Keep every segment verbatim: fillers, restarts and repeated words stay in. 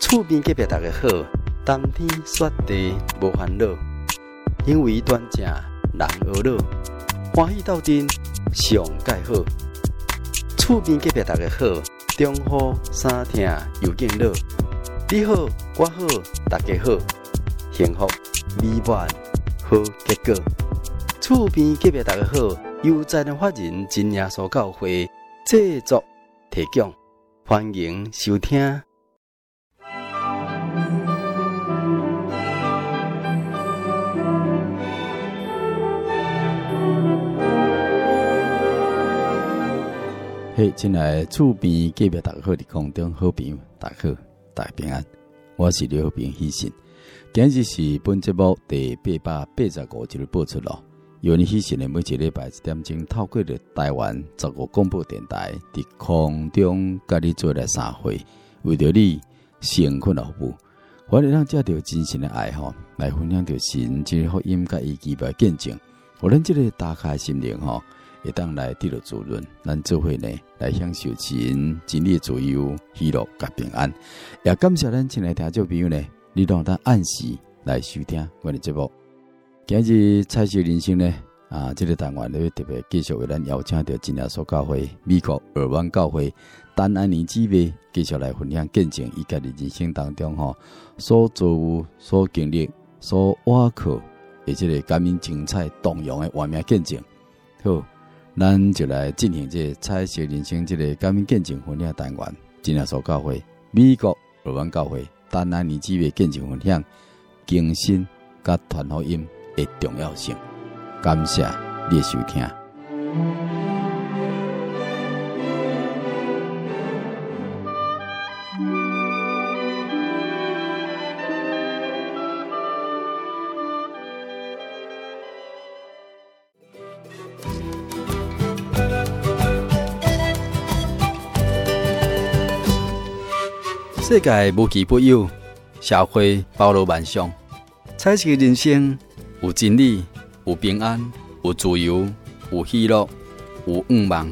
厝边隔壁大家好，冬天雪地无烦恼，因为端正人和乐，欢喜斗阵上介好。厝边隔壁大家好，中好三听又敬乐，你好我好大家好，幸福美满好结果。厝边隔壁大家好，由在人法人真耶稣教会制作提供，欢迎收听。 嘿，亲爱的厝边隔壁大家好，伫空中好朋友大家好，大家平安，我是刘和平喜信。今日是本节目第八百八十五集的播出咯。由你喜信的每一个礼拜一点钟，透过着台湾十五广播电台，伫空中甲你做来三会，为着你成困的服务。我哋让借着真心的爱吼，来分享着神即个福音甲伊奇妙见证。我咱即个打开心灵吼。会当来得到滋润，咱做伙呢来享受神真理自由、喜乐甲平安。也感谢咱亲爱听众朋友呢，你让咱按时来收听我的节目。今日彩色人生呢，啊，这个单元呢特别继续为咱邀请到真耶稣教会美国尔湾教会单安尼姊妹，继续来分享见证伊家己人生当中吼所做有、所经历、所挖靠，而且个感恩精彩动容的画面见证。好。咱就来进行这彩色人生这个感恩见证分享单元，真耶稣教会美国尔湾教会单安尼姊妹见证分享更新甲传福音的重要性。感谢你的收听。 世界无奇不有，社会包罗万象。彩色人生有真理，有平安，有自由，有喜乐，有愿望。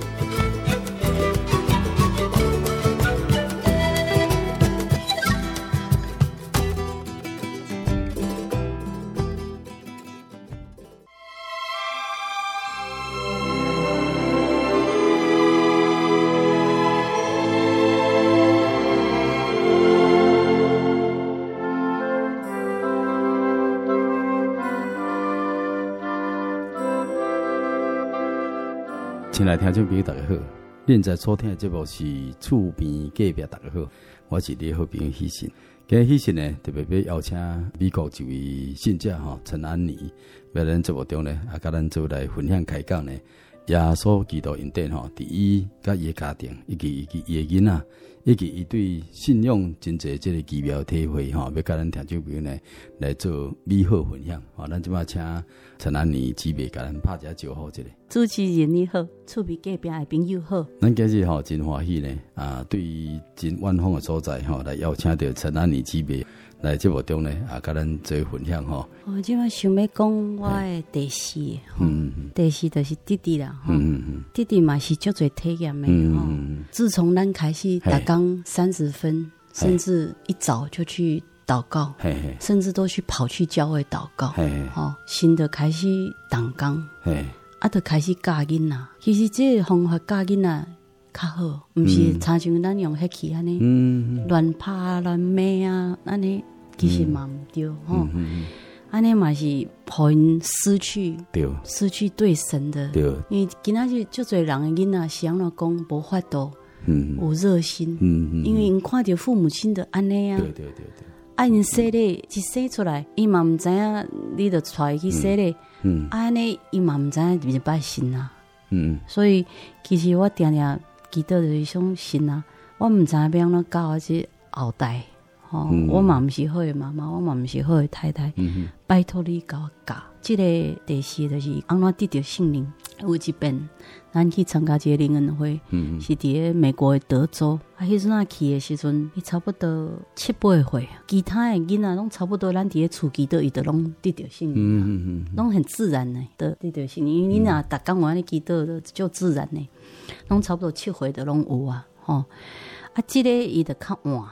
亲爱的听众朋友，大家好！恁在收听的节目是厝边隔壁，大家好，我是你好朋友喜信。今日喜信呢，特别要邀请美国一位信者吼陈安妮，在咱节目中呢，啊，甲咱做来分享开讲呢，耶稣基督恩典吼，伫伊甲伊的家庭，以及以及伊的囡仔，以及伊对信仰真侪即个奇妙体会吼，要甲咱听众朋友呢来做美好分享。吼，咱即摆请陈安妮姊妹甲咱拍一下招呼一下。 主持人你好，厝边隔壁的朋友好。 咱今日吼真欢喜呢，啊，对于真远方的所在吼，来邀请到陈安妮姊妹来节目中呢，啊，甲咱做分享吼。 我即摆想要讲我的第四个，嗯嗯，第四就是弟弟啦，嗯嗯，弟弟嘛是足侪体验的，嗯嗯。自从咱开始打工三十分，甚至一早就去祷告，嘿嘿，甚至都去跑去教会祷告，嘿嘿，吼，新的开始打工，嘿。啊，就开始教囡仔。其实这个方法教囡仔较好，毋是参像咱用迄去安尼乱拍乱骂啊，安尼其实嘛毋对吼。安尼嘛是互因失去失去对神的，因为今仔日足侪人的囡仔是安怎讲无法度，有热心，因为因看到父母亲的安尼啊。对对对对。啊，因洗礼一洗出来，伊嘛毋知影，你着带去洗礼，嗯，安尼伊嘛毋知影入拜神啊，嗯，所以其实我定定祈祷就是想神啊，我毋知影要安怎教我这后代，吼、嗯，我嘛毋是好的妈妈，我嘛毋是好的太太，嗯、拜托你教我教。这个第四就是安怎得到圣灵。有一遍，咱去参加一个灵恩会，嗯、是伫咧美国的德州。啊，迄阵啊去的时阵，伊差不多七八岁，其他的囡仔拢差不多，咱伫咧厝祈祷，伊都拢得到圣灵，嗯嗯嗯，拢很自然的得得到圣灵。因为你若逐工安尼祈祷，就自然的，拢差不多七岁的拢有啊，吼。啊，这个伊就较晚。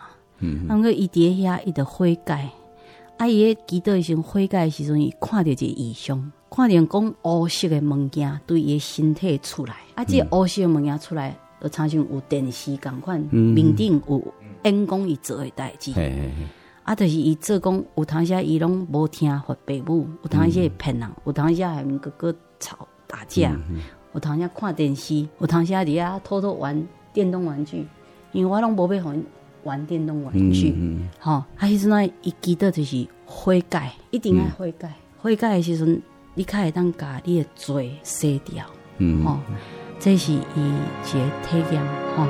嗯， 啊，毋过伊伫遐伊著悔改，啊，伊迄祈祷时阵悔改时阵，伊看到一个异象，看到讲乌色的物件对伊身体出来，啊，这乌色的物件出来，就常常有电视共款，面顶有演讲伊做的代志。啊，就是伊做讲，有当时伊拢无听佛爸母，有当时会骗人，有当时还毋个个吵打架，嗯、有当时看电视，有当时伫遐偷偷玩电动玩具，因为我拢无要互因玩电动玩具，吼、嗯，啊，迄阵啊，伊记得就是悔改，一定要悔改，嗯、悔改的时阵，你较会当甲你的罪洗掉，嗯，吼，这是伊一个体验，吼。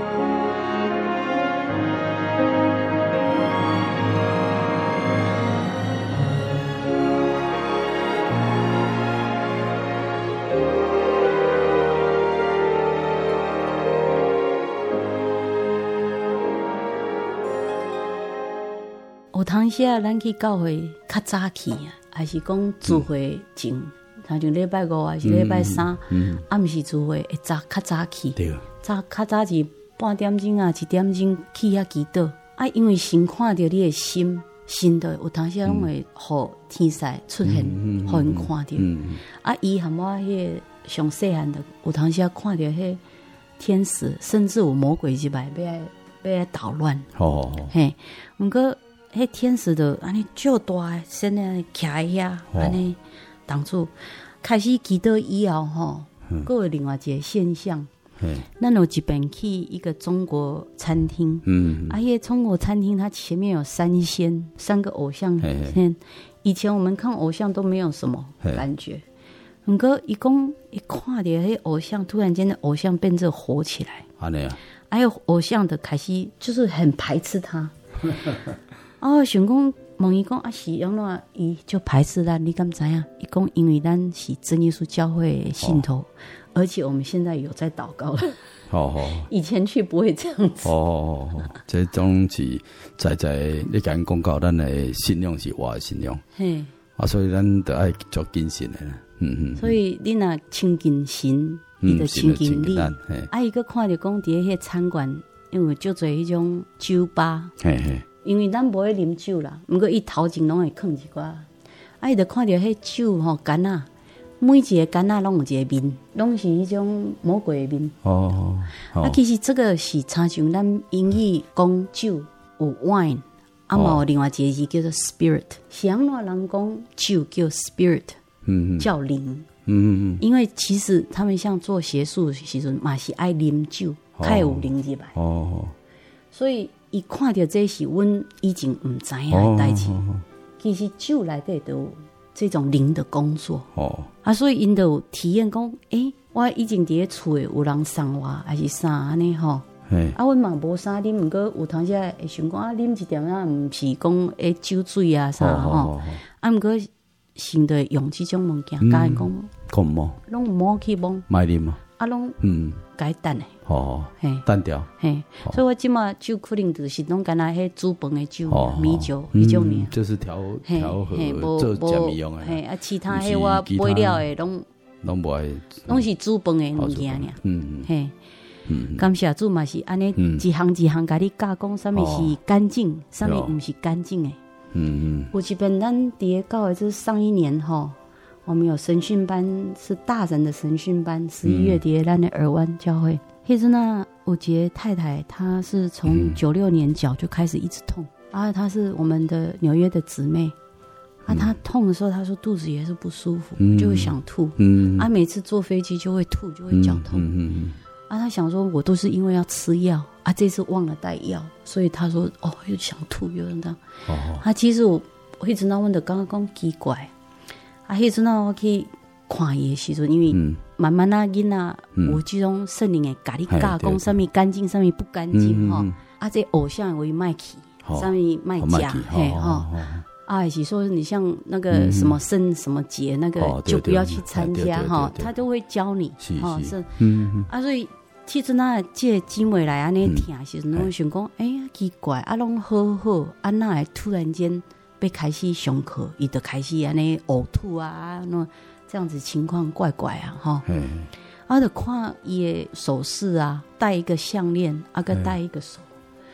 有当时啊，咱去教会较早去，还是讲聚会前，像像礼拜五还是礼拜三，嗯嗯、暗时聚会会早较早去，早较早是半点钟啊，一点钟去遐祈祷。啊，因为先看到你的心，心的有当时拢会互天使出现，互人、嗯、看到。嗯嗯、啊，伊含我迄个上细汉的，有当时看到迄天使，甚至有魔鬼入来要来要来捣乱。哦，嘿，毋过。迄天使的安尼就大，现在徛喺遐，安尼当初开始祈祷以后吼，佫有另外一个现象。咱有一边去一个中国餐厅，嗯，啊，迄个中国餐厅它前面有三仙，三个偶像仙。以前我们看偶像都没有什么感觉，毋过伊讲一看到迄偶像，突然间的偶像变得火起来，安尼啊，还有偶像的开始就是很排斥他。哦，想讲问伊讲啊是安怎伊就排斥咱，你敢知影？伊讲因为咱是真耶稣教会的信徒，哦、而且我们现在有在祷告了。哦哦，以前去不会这样子。哦哦哦， 这种是在在你甲因讲到咱的信仰是活的信仰。嘿，啊，所以咱得爱做谨慎的啦。嗯嗯。 所以你若亲近神，你就亲近你。啊，伊个看到讲伫迄餐馆，因为就做迄种酒吧。嘿嘿。因为咱无会啉酒啦，毋过伊头前拢会囥一寡，啊，伊就看到迄酒吼干啊，每一个干啊拢有一个面，拢是迄种魔鬼的面。哦，哦啊，其实这个是参像咱英语讲酒有 wine， 啊嘛有另外一个字叫做 spirit， 是安怎人讲酒叫 spirit， 嗯，叫灵，嗯嗯，因为其实他们像做邪术的时阵嘛是爱啉酒，较有灵入来。哦，所以。伊看到这是阮以前唔知影的代志，哦哦哦、其实酒内底都有这种灵的工作。哦，啊，所以因都有体验讲，诶、欸，我以前伫咧厝诶，有人送我，还是啥安尼吼。啊，阮嘛无啥啉，毋过有当时会想讲啊，啉一点啊，毋是讲诶酒水啊啥吼。哦哦哦、啊，毋过先得用即种物件，甲人讲， 讲摸， 拢摸去摸， 买啉嘛。 啊，拢嗯，该等诶， 哦，嘿，等掉， 嘿，所以我即马酒可能就是拢干那迄煮饭诶酒、米酒迄种尔， 就是调调和做食米用诶， 嘿，啊，其他迄我买了诶，拢拢无爱， 拢是煮饭诶物件尔，嗯嘿，嗯，感谢主嘛是安尼一项一项甲你教讲，啥物是干净，啥物毋是干净诶，嗯嗯，有一遍咱伫咧教诶，就是上一年吼。我们有神训班，是大人的神训班。十一月底，咱的尔湾教会，迄阵啊，我杰太太她是从九六年脚就开始一直痛，嗯、啊，她是我们的纽约的姊妹，啊，她痛的时候，她说肚子也是不舒服，嗯、就会想吐，嗯，啊，每次坐飞机就会吐，就会脚痛，嗯嗯嗯、啊，她想说我都是因为要吃药，啊，这次忘了带药，所以她说哦，又想吐又这样，哦，啊，其实我我一直那问的刚刚讲奇怪。啊，迄阵啊，我去看伊的时阵，因为慢慢啊，囡仔有即种圣灵的甲你教讲，啥物干净，啥物不干净吼。啊，这偶像为卖去，啥物卖假，嘿吼。啊，还是说你像那个什么圣什么节，那个就不要去参加哈，他都会教你，哈是。啊，所以迄阵啊，这姊妹来安尼听的时阵，我想讲，哎呀，奇怪，啊，拢好好，啊，那会突然间。被开始上课，伊就开始安尼呕吐啊，那这样子情况怪怪啊，哈。啊，就看伊的首饰啊，戴一个项链，啊个戴一个手，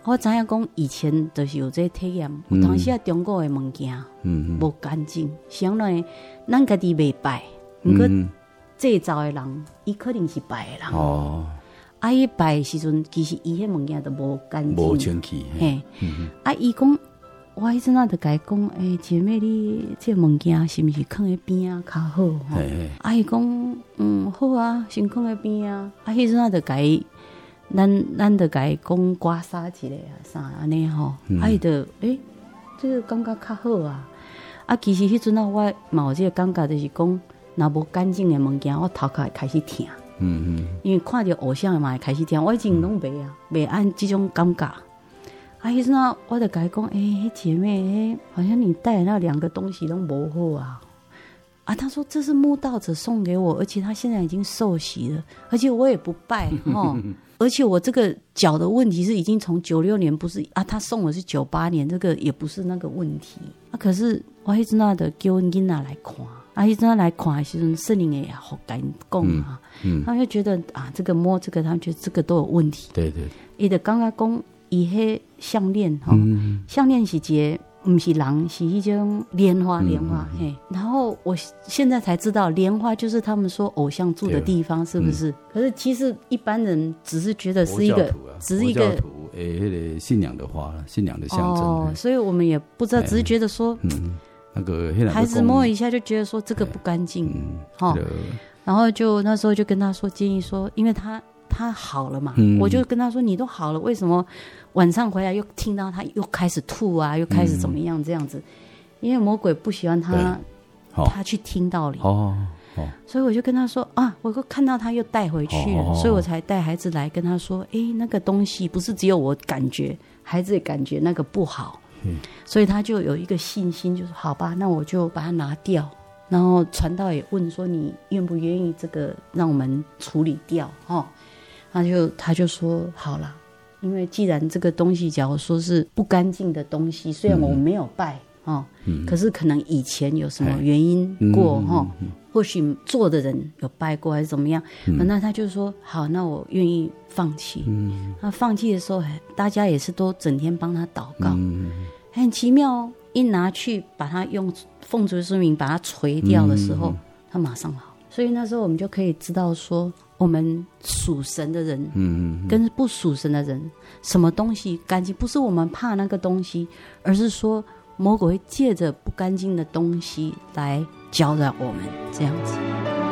我知影讲以前就是有这个体验，有当时啊中国的物件，嗯，无干净，相当咱家己未拜，不过制造的人，伊可能是拜的人。哦，啊，伊拜的时阵，其实伊迄物件都无干净， 无清气。 嘿，啊，伊讲，我迄阵啊就甲伊讲，诶，姐妹，你这物件是毋是放喺边啊较好？吼，啊，伊讲，嗯，好啊，先放喺边啊。啊，迄阵啊就甲伊。咱咱就甲伊讲刮痧一下啊，啥安尼吼，啊伊就诶，这个感觉较好啊。啊，其实迄阵啊，我嘛有这个感觉，就是讲，若无干净的物件，我头壳会开始疼。嗯嗯。因为看到偶像嘛，会开始疼。我以前拢袂啊，袂按这种感觉。啊，迄阵啊，我就甲伊讲，诶、欸，姐妹，诶、欸，好像你带的那两个东西拢无好啊。啊，他说这是慕道者送给我，而且他现在已经受洗了，而且我也不拜哈。而且我这个脚的问题是已经从九六年不是啊，他送我是九八年，这个也不是那个问题啊。可是我迄阵啊的叫囡仔来看，啊，迄阵啊来看的时阵，圣灵也好敢讲啊，嗯嗯、他们就觉得啊，这个摸这个，他们觉得这个都有问题。 对对， 伊就刚刚讲伊迄项链哈，嗯、项链是一个。不是人，是一种莲花，莲花、嗯、嘿。然后我现在才知道，莲花就是他们说偶像住的地方，是不是？嗯、可是其实一般人只是觉得是一个，啊、只是一个诶，那个信仰的花，信仰的象征。 哦，所以我们也不知道，只是觉得说，嗯， 那个孩子摸一下就觉得说这个不干净，哈、嗯。然后就那时候就跟他说，建议说，因为他他好了嘛，嗯、我就跟他说，你都好了，为什么？晚上回来又听到他又开始吐啊，又开始怎么样这样子，嗯、因为魔鬼不喜欢他，他去听道理，哦哦、所以我就跟他说啊，我看到他又带回去了，哦、所以我才带孩子来跟他说，哎，那个东西不是只有我感觉，孩子也感觉那个不好，嗯、所以他就有一个信心，就说好吧，那我就把它拿掉。然后传道也问说，你愿不愿意这个让我们处理掉？哦，他就他就说好了。因为既然这个东西假如说是不干净的东西，虽然我没有拜、嗯哦嗯、可是可能以前有什么原因过、嗯哦嗯、或许做的人有拜过还是怎么样、嗯、那他就说好，那我愿意放弃、嗯、那放弃的时候大家也是都整天帮他祷告、嗯、很奇妙哦，一拿去把它用奉主之名把它锤掉的时候、嗯、他马上好。所以那时候我们就可以知道说，我们属神的人，嗯，跟不属神的人，什么东西干净，不是我们怕那个东西，而是说魔鬼会借着不干净的东西来搅扰我们，这样子。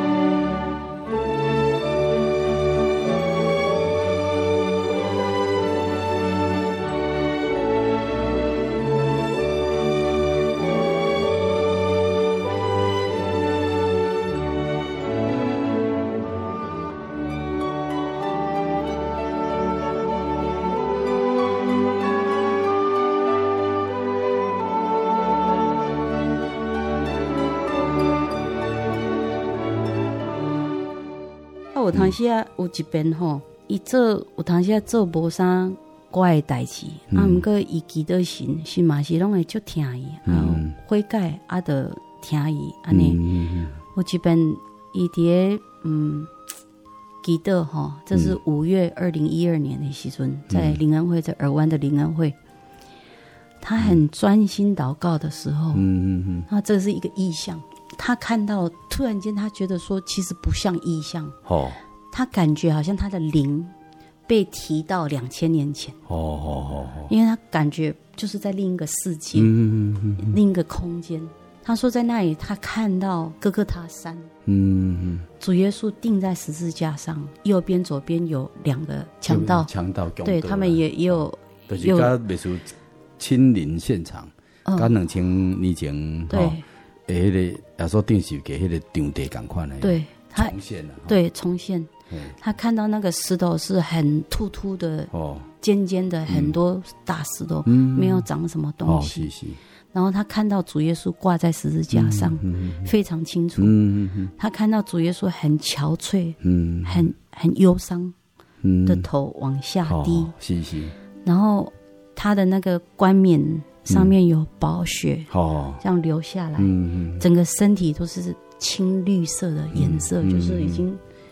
有当时啊，有一边吼，伊做有当时啊做无啥怪的代志，嗯、啊，毋过伊祈祷神，神嘛是拢会足听伊，啊，悔改啊，着听伊安尼。嗯、有一边伊伫个嗯祈祷吼，这是五月二零一二年的时阵，嗯、在灵恩会，在尔湾的灵恩会，他很专心祷告的时候，嗯嗯嗯，那这是一个意象。他看到，突然间，他觉得说，其实不像意象。哦，他感觉好像他的灵被提到两千年前。哦哦哦，因为他感觉就是在另一个世界，嗯嗯嗯、另一个空间。他说，在那里，他看到哥哥他山，嗯嗯，主耶稣钉在十字架上，右边、左边有两个强盗， 强盗， 对他们也也有， 就是甲美术亲临现场，甲两千年前，对。诶，迄个耶稣定是给迄个场地同款的， 对，他重现了， 对，重现。他看到那个石头是很突突的，哦，尖尖的，很多大石头，嗯，没有长什么东西。哦，是是。然后他看到主耶稣挂在十字架上，嗯嗯、非常清楚。嗯嗯嗯、他看到主耶稣很憔悴，嗯，很很忧伤的头往下低，哦，是是。然后他的那个冠冕上面有宝血，哦，这样流下来，嗯，整个身体都是青绿色的颜色，嗯，就是已经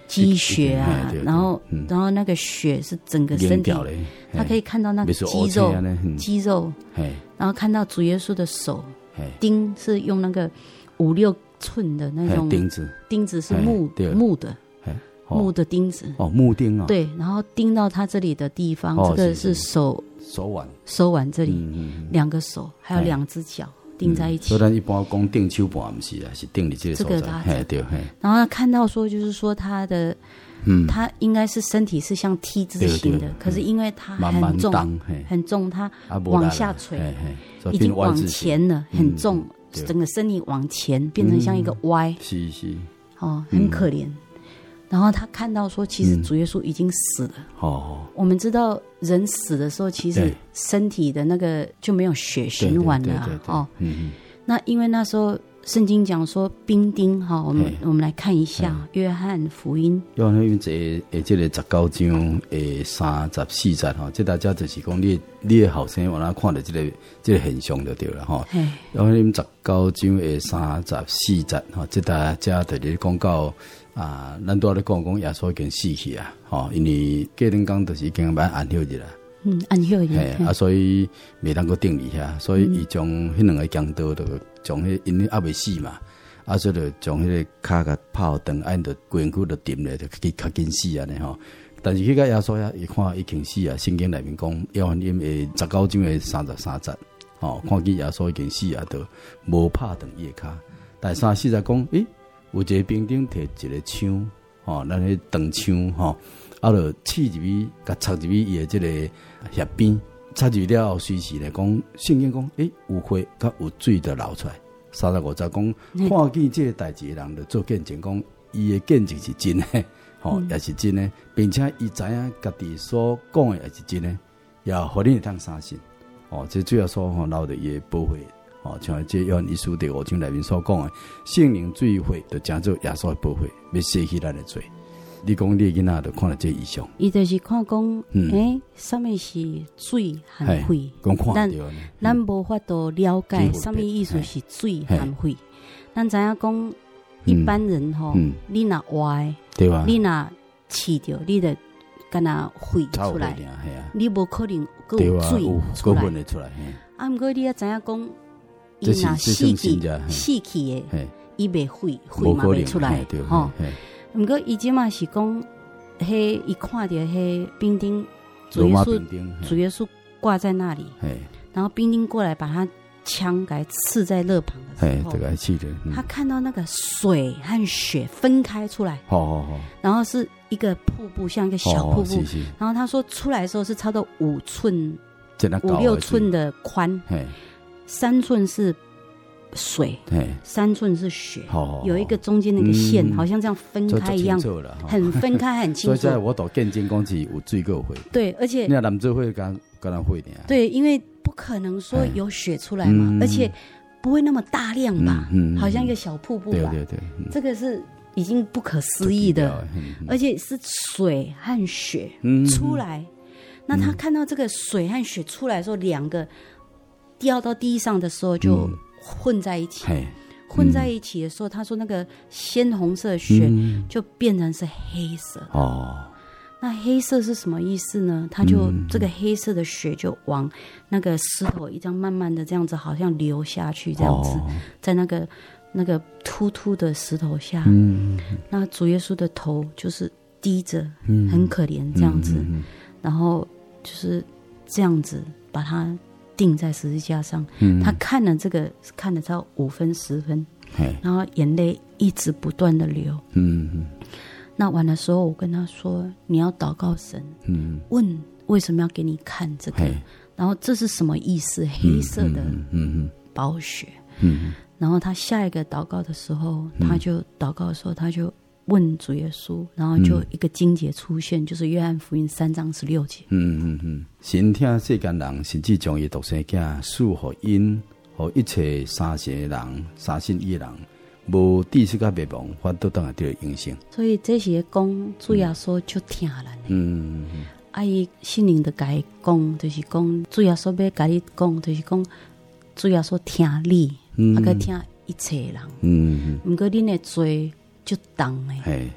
积血啊，然后、嗯、然后那个血是整个身体，他可以看到那个肌肉，肌肉，然后看到主耶稣的手，钉是用那个五六寸的那种钉子， 钉子是木木的。木的钉子哦，木钉啊、哦， 对，然后钉到他这里的地方，哦、这个是手手腕， 手腕这里、嗯、两个手，还有两只脚钉在一起。 所以咱一般讲钉手腕不是啊，是钉你这个手这个嘿对嘿。 然后他看到说，就是说他的，嗯，他应该是身体是像 T 字形的，可是因为他很重， 慢慢很重，他往下垂，已经往前了，很重，嗯、整个身体往前变成像一个 Y，、嗯、 是是， 哦，很可怜。嗯然后他看到说，其实主耶稣已经死了。哦、嗯，我们知道人死的时候，其实身体的那个就没有血循环了、啊。对对对对哦，嗯，那因为那时候圣经讲说兵丁哈，我们我们来看一下约翰福音。 约翰福音这诶，这个十九章诶三十四节哈，这大家就是讲你你的后生往哪看到这个这个现象就对了哈。约翰福音十九章诶三十四节哈，这大家就是讲到。啊，咱都咧讲讲耶稣已经死去啊，吼，因为过两天就是已经蛮安息日啦， 嗯，安息日， 嘿，啊，所以未当个定离遐，所以伊将迄两个强盗就将迄因为还未死嘛，啊，所以就将迄个骹甲泡长，按着规身躯就沉咧，就去较紧死安尼吼。但是迄个耶稣呀，伊看伊经死啊，圣经内面讲，约翰因诶十九章诶三十三节，吼，看见耶稣已经死啊，就无拍长伊诶骹，但三十四节讲，诶。有一个兵丁摕一个枪，吼、哦，咱迄长枪，吼、哦，啊，就刺入去，甲插入去伊的这个叶边，插入去了后，随时来讲，圣经讲，诶，有血甲有水就流出来。三十五节讲，看见这个代志的人就做见证，讲伊的见证是真的，吼、哦，也、嗯、是真的，并且伊知影家己所讲的也是真的，也互你会当相信。哦，这主要说吼，留着伊的保护。哦，像这约翰一书第五章内面所讲的，圣灵水血就成做耶稣的保护，要洗去咱的罪。你讲你囡仔就看到这异象， 伊就是看讲，诶，什么是水和血？ 讲看到呢，咱无法度了解什么意思是水和血。咱知影讲，一般人吼，你若歪， 对吧？ 你若饲着，你就敢若血出来，你无可能够有水出来。啊，毋过你也知影讲。伊若死去死去的，伊袂血血嘛袂出来，吼。毋过伊即嘛是讲，迄伊看到迄兵丁主耶稣主耶稣挂在那里，然后兵丁过来把他枪给刺在肋旁的时候， 这个记得、嗯、 他看到那个水和血分开出来， 好好好， 然后是一个瀑布，像一个小瀑布， 哦、是是然后他说出来的时候是差不多五寸、五六寸的宽。三寸是水，三寸是血，哦、有一个中间那个线、嗯，好像这样分开一样，很分开很清楚。 所以现在我都见证讲是有水够血， 对，而且你若男做血跟跟人血的， 对，因为不可能说有血出来嘛，嗯、而且不会那么大量吧，嗯嗯、好像一个小瀑布吧， 对对对，嗯、 这个是已经不可思议的，嗯、而且是水和血出来。嗯、那他看到这个水和血出来的时候，两个。掉到地上的时候就混在一起、嗯、混在一起的时候、嗯、他说那个鲜红色的血就变成是黑色、嗯、哦，那黑色是什么意思呢？他就、嗯、这个黑色的血就往那个石头一张慢慢的这样子好像流下去这样子、哦、在那个那个突突的石头下、嗯、那主耶稣的头就是低着、嗯、很可怜这样子、嗯、然后就是这样子把它钉在十字架上、嗯、他看了这个看了到五分十分，然后眼泪一直不断的流、嗯、那完的时候我跟他说你要祷告神、嗯、问为什么要给你看这个，然后这是什么意思，黑色的宝血、嗯嗯、然后他下一个祷告的时候、嗯、他就祷告的时候他就问主耶稣，然后就一个经节出现、嗯、就是约翰福音三章十六节。 嗯嗯嗯，神听世间人，甚至将伊独生囝赐予因，和一切相信的人、相信伊的人，无知识甲灭亡，反倒当下得永生。 所以这些讲主耶稣就听人的。嗯嗯嗯。啊，伊心灵的甲伊讲，就是讲主耶稣要甲你讲，就是讲主耶稣听你，啊，佮听一切人。嗯嗯。毋过恁的罪。就重诶，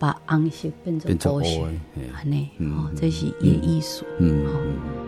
把红色变成乌色，安尼，哦，这是伊的艺术，嗯。哦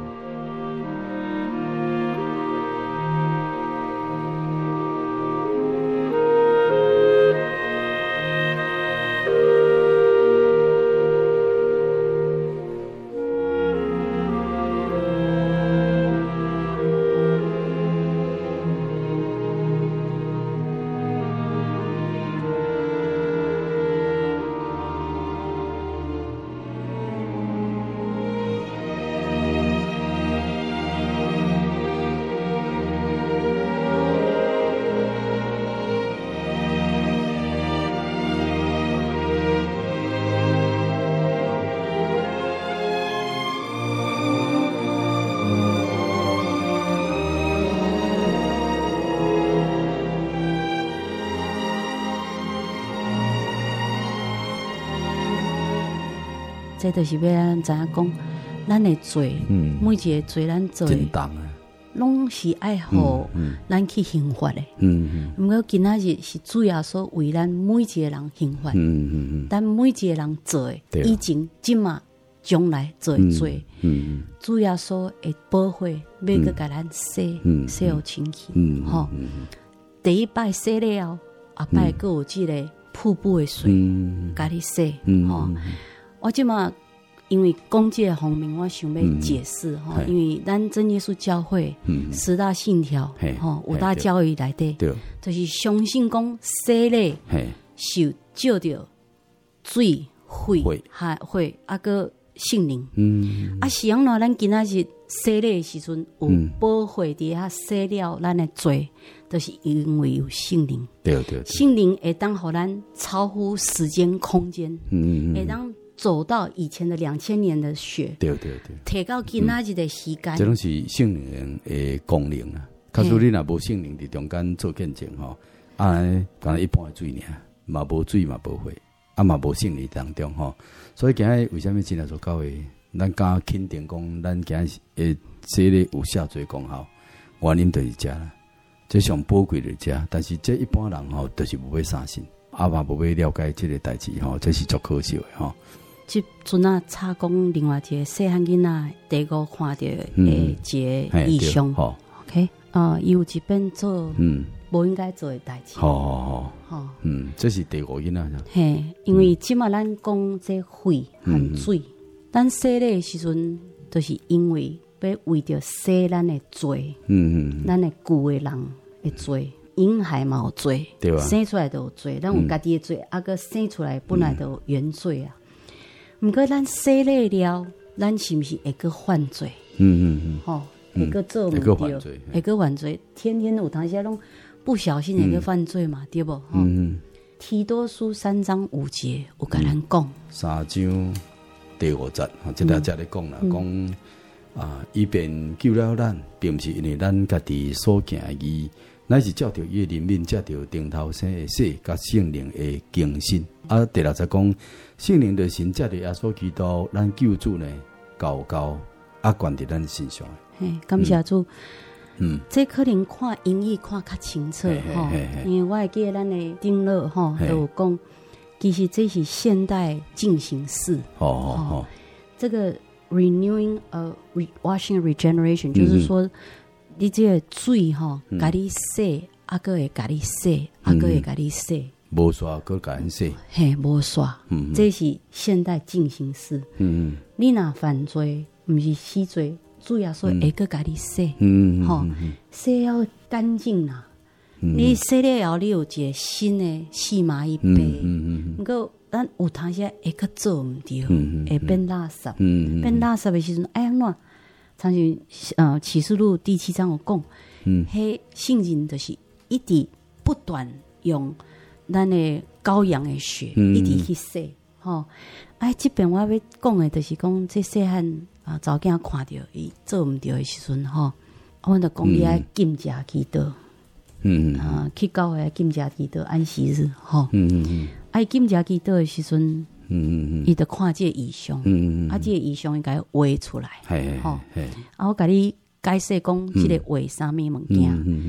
这就是要咱知影讲，咱的做，嗯、每一个做咱做， 真重啊， 拢是爱好咱去幸福的。嗯嗯。毋过今仔日是主要说为咱每一个人幸福。嗯嗯嗯。咱每一个人做的，以前、今嘛、将来做做，嗯嗯，主要说会保护，要去甲咱洗，洗好清气。嗯吼，第一摆洗了后，后摆佫有即个瀑布的水，甲你洗。吼，我即嘛。因为讲这个方面，我想要解释哈、嗯，因为咱真耶稣教会、嗯、十大信条哈，五大教义内底，就是相信讲洗礼受照着水、血、还血啊个圣灵，嗯，啊是安怎咱今仔日洗礼的时阵有保护伫遐洗了咱的罪，都、就是因为有圣灵，对对，圣灵会当互咱超乎时间空间，嗯，会当。走到以前的两千年的雪，对对对，提到今仔日的时间， 这拢是圣灵的功能啊。假如你若无圣灵伫中间做见证吼，啊，敢若一般的水尔，嘛无水嘛无血，啊嘛无圣灵当中吼。所以今日为什么今日做教会，咱敢肯定讲，咱今日诶，这个有下罪功效，原因就是这啦，这上宝贵的这，但是这一般人吼，就是无要相信，啊嘛无要了解这个代志吼，这是足可惜的吼。 即阵啊，插讲另外一个细汉囡仔第五看到的一个异象、嗯、，OK， 啊、呃，有一本做，嗯，无应该做的代志， 好好好，好，嗯，这是第五囡仔， 嘿，因为即马咱讲这血和水，嗯、咱洗礼的时阵，都、就是因为要为着洗咱的罪，嗯嗯，咱的旧的人的罪。婴孩嘛有罪，对吧？生出来都有罪，咱有家己的罪，啊个生出来本来就有原罪啊。毋过咱洗礼了，咱是毋是会个犯罪？嗯嗯嗯，吼、哦，会个做毋对，会个犯罪，天天有当时拢不小心会个犯罪嘛，嗯、对不？嗯，提多书三章五节有甲咱讲， 三章第五节，即条节咧讲啦，讲、嗯、啊，以便救了咱，并毋是因为咱家己所行的义。乃是照着伊的灵命，照着顶头生的死，甲圣灵的更新。啊，第六则讲，圣灵的神照着耶稣基督，咱救主呢，高高啊，悬伫咱身上。 嘿，感谢主。嗯，这可能看英语看较清楚吼，因为我会记得咱的顶落吼都有讲，其实这是现代进行式。哦哦哦，这个 renewing a washing regeneration，、嗯、就是说。你这个水吼，甲你洗，啊个会甲你洗，啊个会甲你洗， 无刷个甲你洗， 嘿，无刷，嗯，这是现代进行式。嗯，你若犯罪，毋是死罪，主要说会个甲你洗，嗯，吼，洗要干净啦。你洗了后，你有一个新的细麻一杯，嗯嗯，不过咱有当时会个做毋对，会变垃圾，嗯，变垃圾的时阵，哎呀喏。常常呃启示录第七章有讲，嗯，迄圣人就是一直不断用咱的羔羊的血，嗯、一直去洗，吼。哎，这边我要讲的就是讲，这细汉啊，早囝看到伊做毋对的时阵，吼，我就讲伊爱禁食祈祷，嗯啊，去教会禁食祈祷安息日，吼，嗯嗯嗯，爱禁食祈祷的时阵。嗯嗯，伊就看这个异象，嗯嗯，啊，这个异象应该画出来，吼，啊，我甲你解释讲，这个画啥物物件，嗯嗯，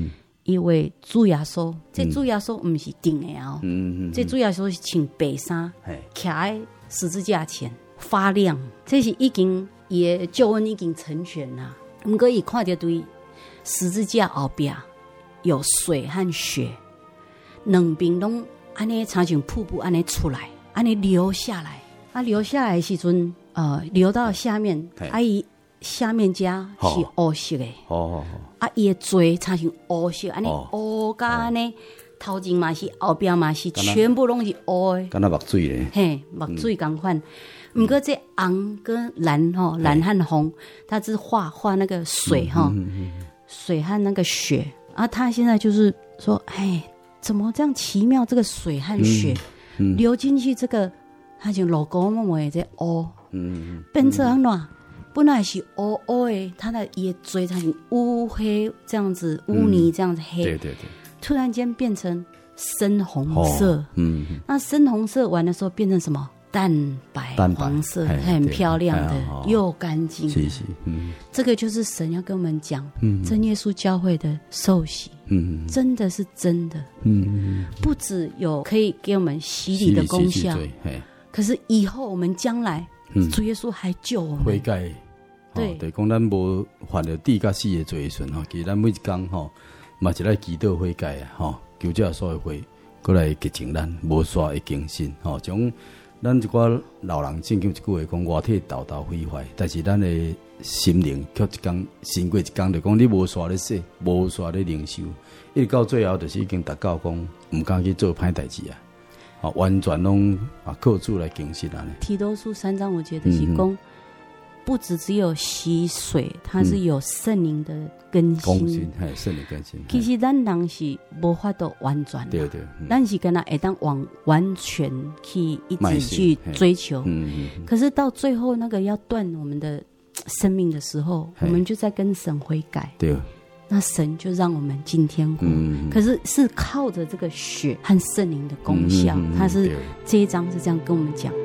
一位主耶稣，这主耶稣不是定的哦，嗯嗯，这主耶稣是穿白衫，徛在十字架前发亮，这是已经伊的救恩已经成全啦。不过伊看到对十字架后边有水和血，两边拢安尼插像瀑布安尼出来，安尼流下来，啊流下来的时阵，呃，流到下面，啊伊。下面家是黑色的，哦，啊，伊的嘴插成黑色，安尼黑甲安尼，头前嘛是，后边嘛是，全部拢是黑的， 敢若目水咧， 嘿，目水共款。毋过这红跟蓝吼，蓝和红，它是画画那个水哈，水和那个血啊。他现在就是说，哎，怎么这样奇妙？这个水和血流进去，这个它就老高么么的这黑，嗯，变成安怎？本来是乌乌的，他的也嘴它是乌黑这样子，污泥这样子黑， 对对对， 突然间变成深红色，嗯，那深红色完的时候变成什么？淡白黄色，很漂亮的，又干净。 是是，嗯， 这个就是神要跟我们讲，嗯，真耶稣教会的受洗，嗯，真的是真的，嗯，不只有可以给我们洗礼的功效，可是以后我们将来，主耶稣还救我们悔改。对，对，讲咱无犯了地甲死的罪时吼，其实咱每一天吼，嘛是来祈祷悔改啊，吼，求这所有悔，过来洁净咱无煞的精神，吼，从咱一寡老人圣经一句话讲，外体豆豆毁坏，但是咱的心灵却一天新过一天，就讲你无煞咧说，无煞咧领受，一直到最后就是已经达到讲，唔敢去做歹代志啊，吼，完全拢啊靠主来敬信啊。 提多书三章，我觉得是讲。不只只有洗水，它是有圣灵的更新。更新， 系圣灵更新。 其实咱人是无法度完全， 对对， 咱、嗯、是跟他会当往完全去一直去追求。嗯嗯。可是到最后那个要断我们的生命的时候，我们就在跟神悔改。 对。 那神就让我们进天国，嗯、可是是靠着这个血和圣灵的功效，嗯嗯、它是这一章是这样跟我们讲。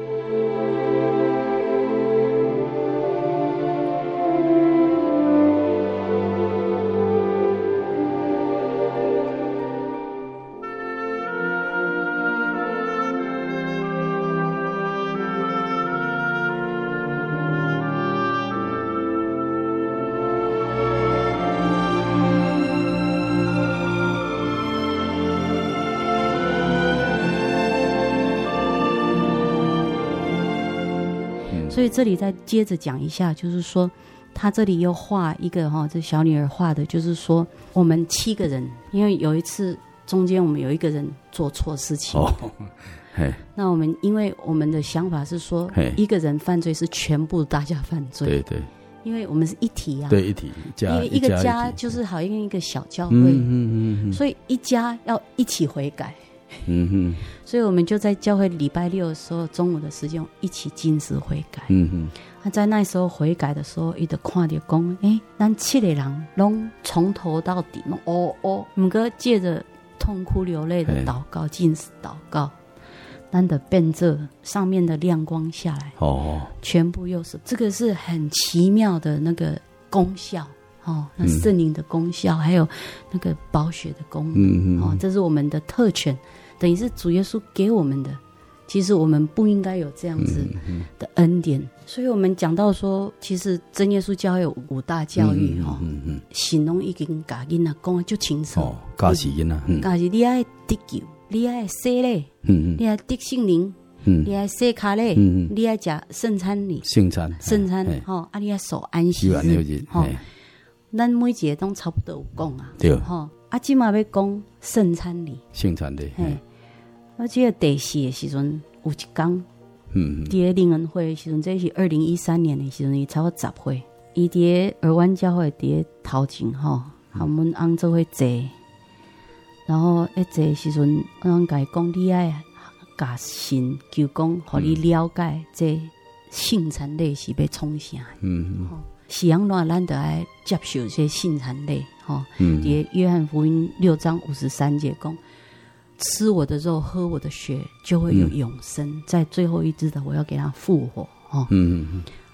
所以这里再接着讲一下，就是说他这里又画一个哈，这小女儿画的就是说我们七个人，因为有一次中间我们有一个人做错事情，哦，那我们因为我们的想法是说一个人犯罪是全部大家犯罪，对对，因为我们是一体啊， 对一体， 因为一个家就是好像一个小教会，嗯嗯嗯，所以一家要一起悔改。嗯哼，所以我们就在教会礼拜六的时候，中午的时间一起禁食悔改。嗯哼，那在那时候悔改的时候，伊就看到讲，哎、欸，咱七个人拢从头到底拢哦哦，唔过借着痛哭流泪的祷告、禁食祷告，咱的变这上面的亮光下来，哦，全部又是这个是很奇妙的那个功效。哦，那圣灵的功效，嗯、还有那个宝血的功能，嗯嗯哦，这是我们的特权，等于是主耶稣给我们的。其实我们不应该有这样子的恩典，嗯嗯、所以我们讲到说，其实真耶稣教会有五大教育哈，嗯嗯，神拢已经教囡仔讲得就清楚，哦，教是囡仔，教是你爱得救，你爱洗礼，嗯嗯，你爱得圣灵。嗯，你爱洗脚嘞，嗯嗯，你爱食圣餐礼，圣餐，圣餐，吼，啊，你爱守安息日，吼。咱每一个都差不多有讲啊，对，吼，啊，今嘛要讲圣餐礼，圣餐礼，嘿，我记得第四的时阵有一天，嗯，伫个灵恩会的时阵，这是二零一三年的时阵，伊差不多十岁，伊伫个尔湾教会伫个头前吼，和我们翁做伙坐，然后一坐的时阵，我讲甲伊讲，你爱甲神求讲，互你了解这圣餐礼是要创啥，嗯嗯。是安怎咱就爱接受这圣餐礼，吼。嗯。伫约翰福音六章五十三节讲，吃我的肉，喝我的血，就会有永生。嗯、在最后一日的，我要给他复活，吼。嗯嗯嗯。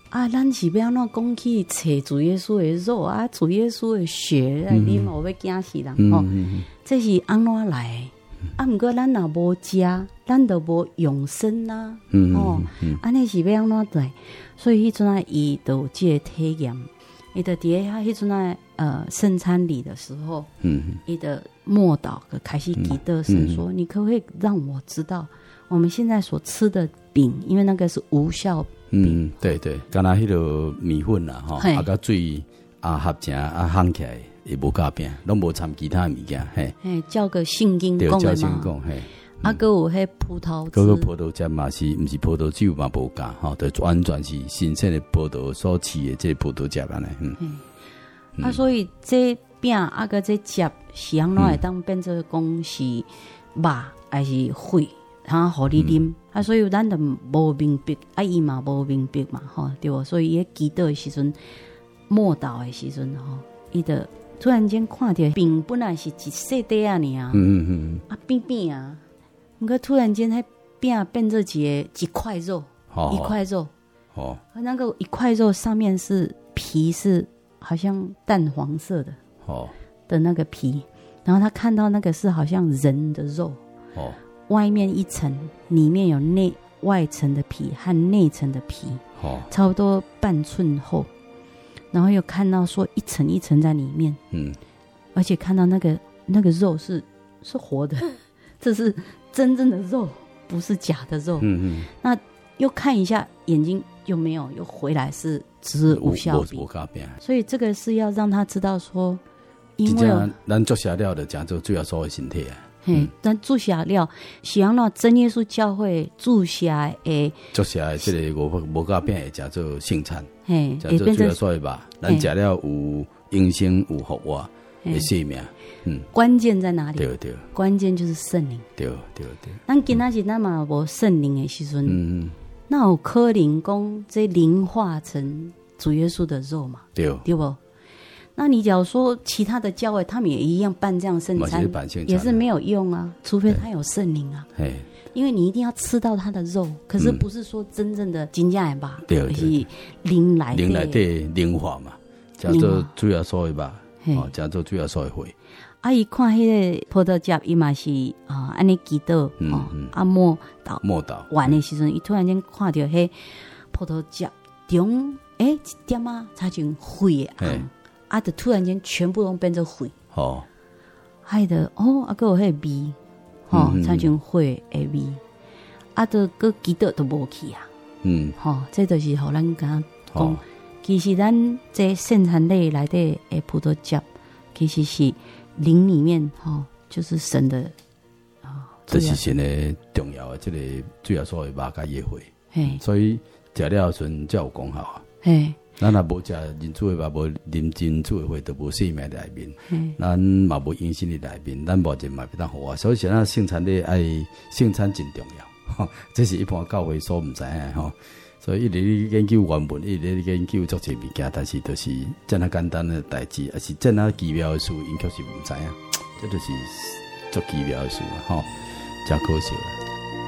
啊，咱是要安怎讲去找主耶稣的肉啊，主耶稣的血来啉，我要惊死人吼、嗯哦。这是安怎来的？啊，毋过咱若无食，咱就无永生啦、啊。嗯、哦，安尼、嗯、是要安怎对？所以迄阵啊，伊就有这个体验，伊就伫下迄阵啊，呃，圣餐礼的时候，嗯，伊的默祷就开始祈祷神说、嗯：“你可不可以让我知道，我们现在所吃的饼，因为那个是无效饼。” 嗯，对对，敢若迄个米粉啦，吼，啊，甲水啊合成啊烘起来。也无加饼，拢无掺其他物件，嘿， 嘿，照个圣经讲的嘛， 嘿， 啊，佮有迄葡萄汁， 佮个葡萄汁嘛是，毋是葡萄酒嘛无加，吼，就完全是新鲜的葡萄所饲的这个葡萄汁安尼，嗯， 嗯啊，所以这饼啊，佮这汁是安怎会当变做讲是肉还是血，哈，互你啉、嗯，啊，所以咱就无明白，啊，伊嘛无明白嘛，吼，对无？所以伊祈禱的时阵，默祷的时阵，吼，伊的。突然间看到饼本来是一细块啊，尔啊，嗯嗯嗯，啊扁扁啊，不过突然间迄饼变做一个一块肉，哦、一块肉，哦，那个一块肉上面是皮是好像淡黄色的，哦的那个皮，然后他看到那个是好像人的肉，哦，外面一层，里面有内外层的皮和内层的皮，哦，差不多半寸厚。然后又看到说一层一层在里面，嗯，而且看到那个那个肉是是活的，这是真正的肉，不是假的肉。嗯嗯。那又看一下眼睛又没有，又回来是只是无效饼。所以这个是要让他知道说，因为咱做下料的讲做主要所有身体啊。 嘿，咱注下料，是让那真耶稣教会注下诶， 注下诶，这个无无加饼会叫做圣餐，嘿，叫做主要所有吧。咱食了有永生有福活的生命，嗯， 关键在哪里？ 对对， 关键就是圣灵。 对对对， 咱今仔日咱嘛无圣灵的时阵，嗯嗯，那有可能讲这灵化成主耶稣的肉嘛？对，对不？那你假如说其他的教会他们也一样办这样圣餐，也是没有用啊，除非他有圣灵啊。因为你一定要吃到他的肉，可是不是说真正的真正的吧？对，是灵来灵来的灵化嘛，叫做主要所谓吧，哦，叫做主要所谓会。 啊，伊看迄个葡萄汁，伊嘛是啊，安尼祈祷，哦，啊默祷， 默祷完的时阵，伊突然间看到迄葡萄汁中，诶，一点啊，差像血的红。啊！就突然间全部拢变做血，哦，害得哦，啊，个有迄个味，吼，产生血的味，啊，就个记得都无去啊，嗯，吼，这就是互咱讲讲，其实咱这圣餐类来的诶葡萄汁，其实是灵里面吼，就是神的啊，这是神的重要的这个主要所谓肉甲野血，嘿，所以食了时阵才有功效啊，嘿。咱若无食人主的肉，无啉真主的血，就无生命内面。咱嘛无永生的内面，咱目前嘛袂当好啊。所以现在圣餐的爱圣餐真重要，这是一般教会所唔知影吼。所以一直研究原文，一直研究足侪物件，但是就是这样简单的代志，还是这样奇妙的事，因确实唔知影。这就是足奇妙的事吼，真可惜啦。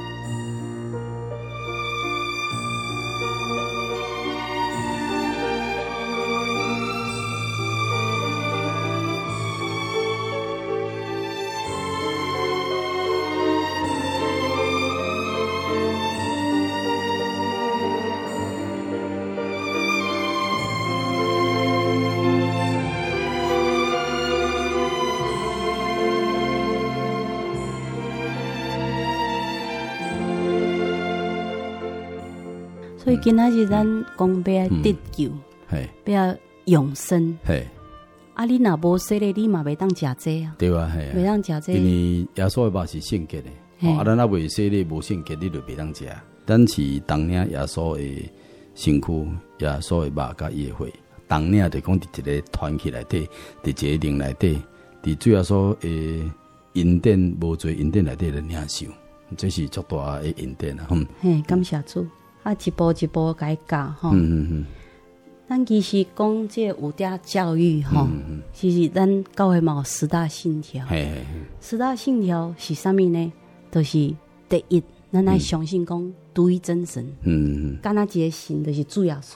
所以今仔日咱讲要得救，要永生。啊，你若无洗咧，你嘛袂当食这啊。 对啊， 袂当食这。 因为耶稣的肉是圣洁的，啊，咱若未洗咧，无圣洁，你就袂当食。咱是当领耶稣的身躯，耶稣的肉甲伊的血，当领就讲伫一个团体内底，伫一个灵内底，伫主要说诶恩典无做恩典内底的领受，这是足大的恩典啊！ 嗯，嘿，感谢主。啊，一步一步改教吼。嗯嗯嗯。咱其实讲这有点教育吼，嗯嗯其实咱教会嘛有十大信条。嘿嘿嘿。十大信条是啥物呢？就是第一，咱来相信讲独一真神。嗯嗯。干那一个神就是主耶稣。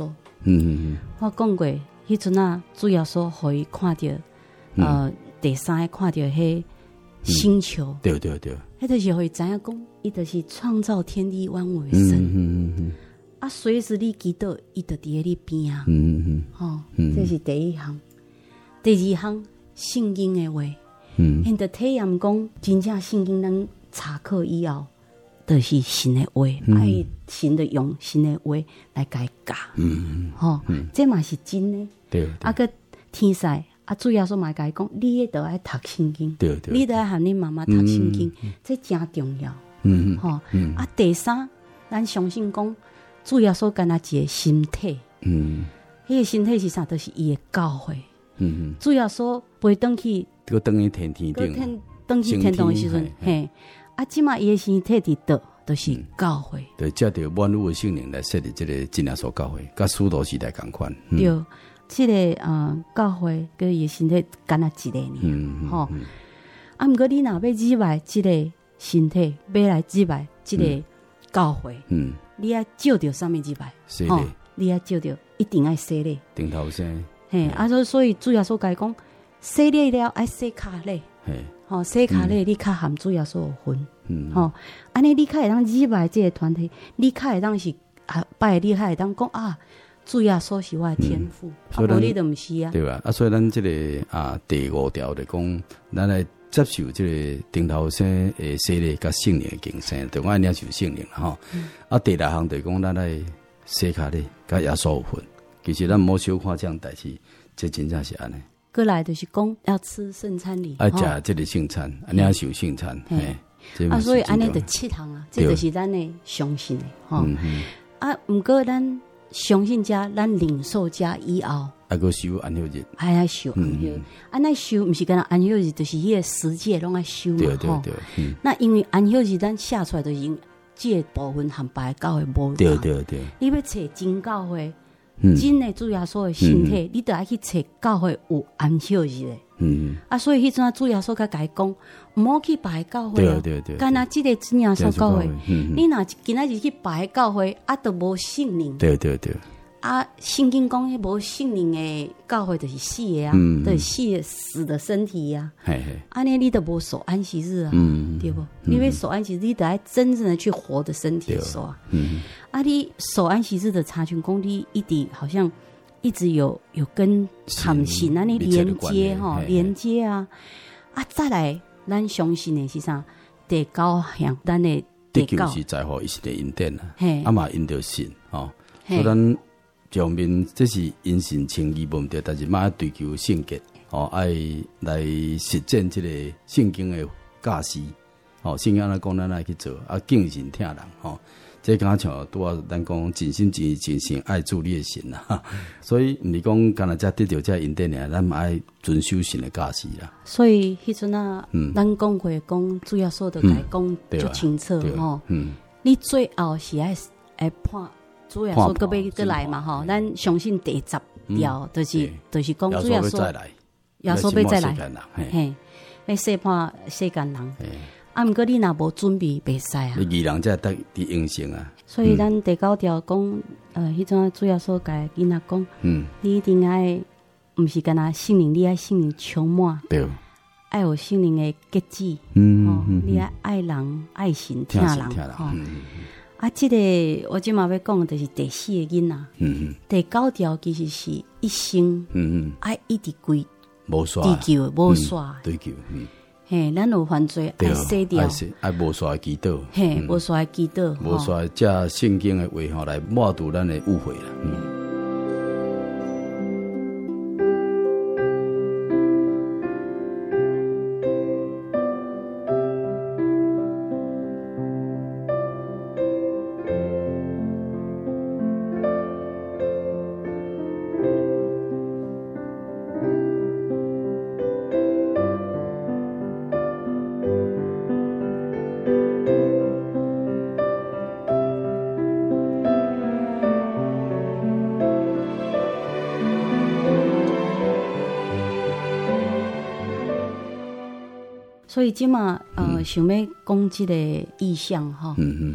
嗯嗯， 我讲过，迄阵啊，主要说互伊看到，呃，第三个看到迄星球， 对对对， 迄就是互伊知影讲，伊就是创造天地万物的神。嗯嗯嗯。啊，随时你祈祷，伊就伫咧你边啊。嗯嗯吼，这是第一项。第二项，圣经的话，嗯，因着体验讲，真正圣经咱查考以后，就是神的话，爱神的用神的话来改教。嗯吼，这嘛是真的。对。啊个天使啊，主要说嘛甲伊讲，你都爱读圣经，对对，你都爱喊你妈妈读圣经，这真重要。嗯吼，啊第三，咱相信讲。主要说干那一个身体，嗯，迄个身体是啥？就是伊的教会，嗯，主要说飞登去， 个登去天天顶， 天登去天堂的时阵，嘿，啊，即马伊的身体伫倒，就是教会， 对，借着万物的圣灵来设立这个真耶稣教会，甲使徒时代共款， 对，这个呃教会跟伊的身体干那一个呢，嗯，吼，啊，毋过你若要入来这个身体，要来入来这个教会，嗯。你要照着上面几排， 哦， 你要照着，一定要洗咧。 顶头先， 嘿，啊，所所以主要所讲讲，洗咧了爱洗骹咧，嘿，吼，洗骹咧，你较含主要所有分，嗯，吼，安尼你较会当入来这个团体，你较会当是啊，拜你较会当讲啊，主要所是我的天赋，啊，无你都毋是啊， 对吧？啊，所以咱这个啊第五条就讲，咱来接受这个顶头生诶洗礼甲圣灵的敬圣，对我爱领受圣灵吼。嗯、啊，第六项就讲咱来洗骹咧，甲耶稣有份。其实咱唔好小看这样代志，这真正是安尼。 过来就是讲要吃圣餐礼， 啊，食这个圣餐，啊，领受圣餐，嘿。 啊，所以安尼就七项啊，这就是咱的相信的吼。嗯、啊，毋过咱相信加咱领受加以后。 还个修安息日， 还要修安息日，啊，那修不是跟安息日，就是迄个十诫拢爱修嘛， 对对对。 嗯、那因为安息日咱写出来就是因这个部分和别教会无。 对对对。 你要找真教会，嗯、真的主要所的身体，嗯、你都爱去找教会有安息日的。嗯。啊，所以迄阵主要所甲甲伊讲，唔好去别教会啊。对对对。干那这个真正所教会，嗯、你若今仔日去别教会，啊，都无圣灵。 对对对。 啊，圣经讲迄无圣灵的教会就是死的啊，嗯、就是死的死的身体呀、啊。安尼你都无守安息日啊，嗯、对不？嗯、因为守安息日，你得爱真正的去活的身体说啊。嗯、啊，你守安息日的查询功力一直好像一直有有跟他信啊，你连接哈，连接啊。啊，再来，咱相信的是啥？第九项，咱的第九是在乎伊是的因典啊，啊嘛因着信哦，所以咱。上面这是因信称义无毋对，但是嘛追求圣洁，哦，爱来实践这个圣经的教示，哦，圣经安尼讲咱爱去做，啊，敬神听人，哦，这刚像拄啊，咱讲尽心尽意尽心爱主你的神啦，所以毋是讲干那才得到这因典尔，咱嘛爱遵守神的教示啦。 所以迄阵啊，嗯、咱讲过讲主要说的来讲就清楚吼，嗯，你最后是爱爱判。主要说，各要过来嘛吼，咱相信第十条就是就是讲主要说，要说要再来，嘿，要审判世间人。啊，毋过你若无准备，袂使啊。 你义人才得伫应承啊。 所以咱第九条讲，呃，迄种主要说甲囡仔讲，嗯，你一定爱，毋是干那心灵，你爱心灵充满，对，爱有心灵的节制，嗯，你爱爱人、爱神、听人，吼。啊，这个我今嘛要讲的就是第四个囡仔，嗯嗯，第九条其实是一生，嗯嗯，爱一直归无刷地球无刷地球，嗯， 嘿，咱有犯罪爱洗掉， 爱无刷祈祷， 嘿，无刷祈祷， 无刷借圣经的话吼来抹除咱的误会啦，嗯。所以即嘛，呃，想要讲即个意象哈，嗯嗯，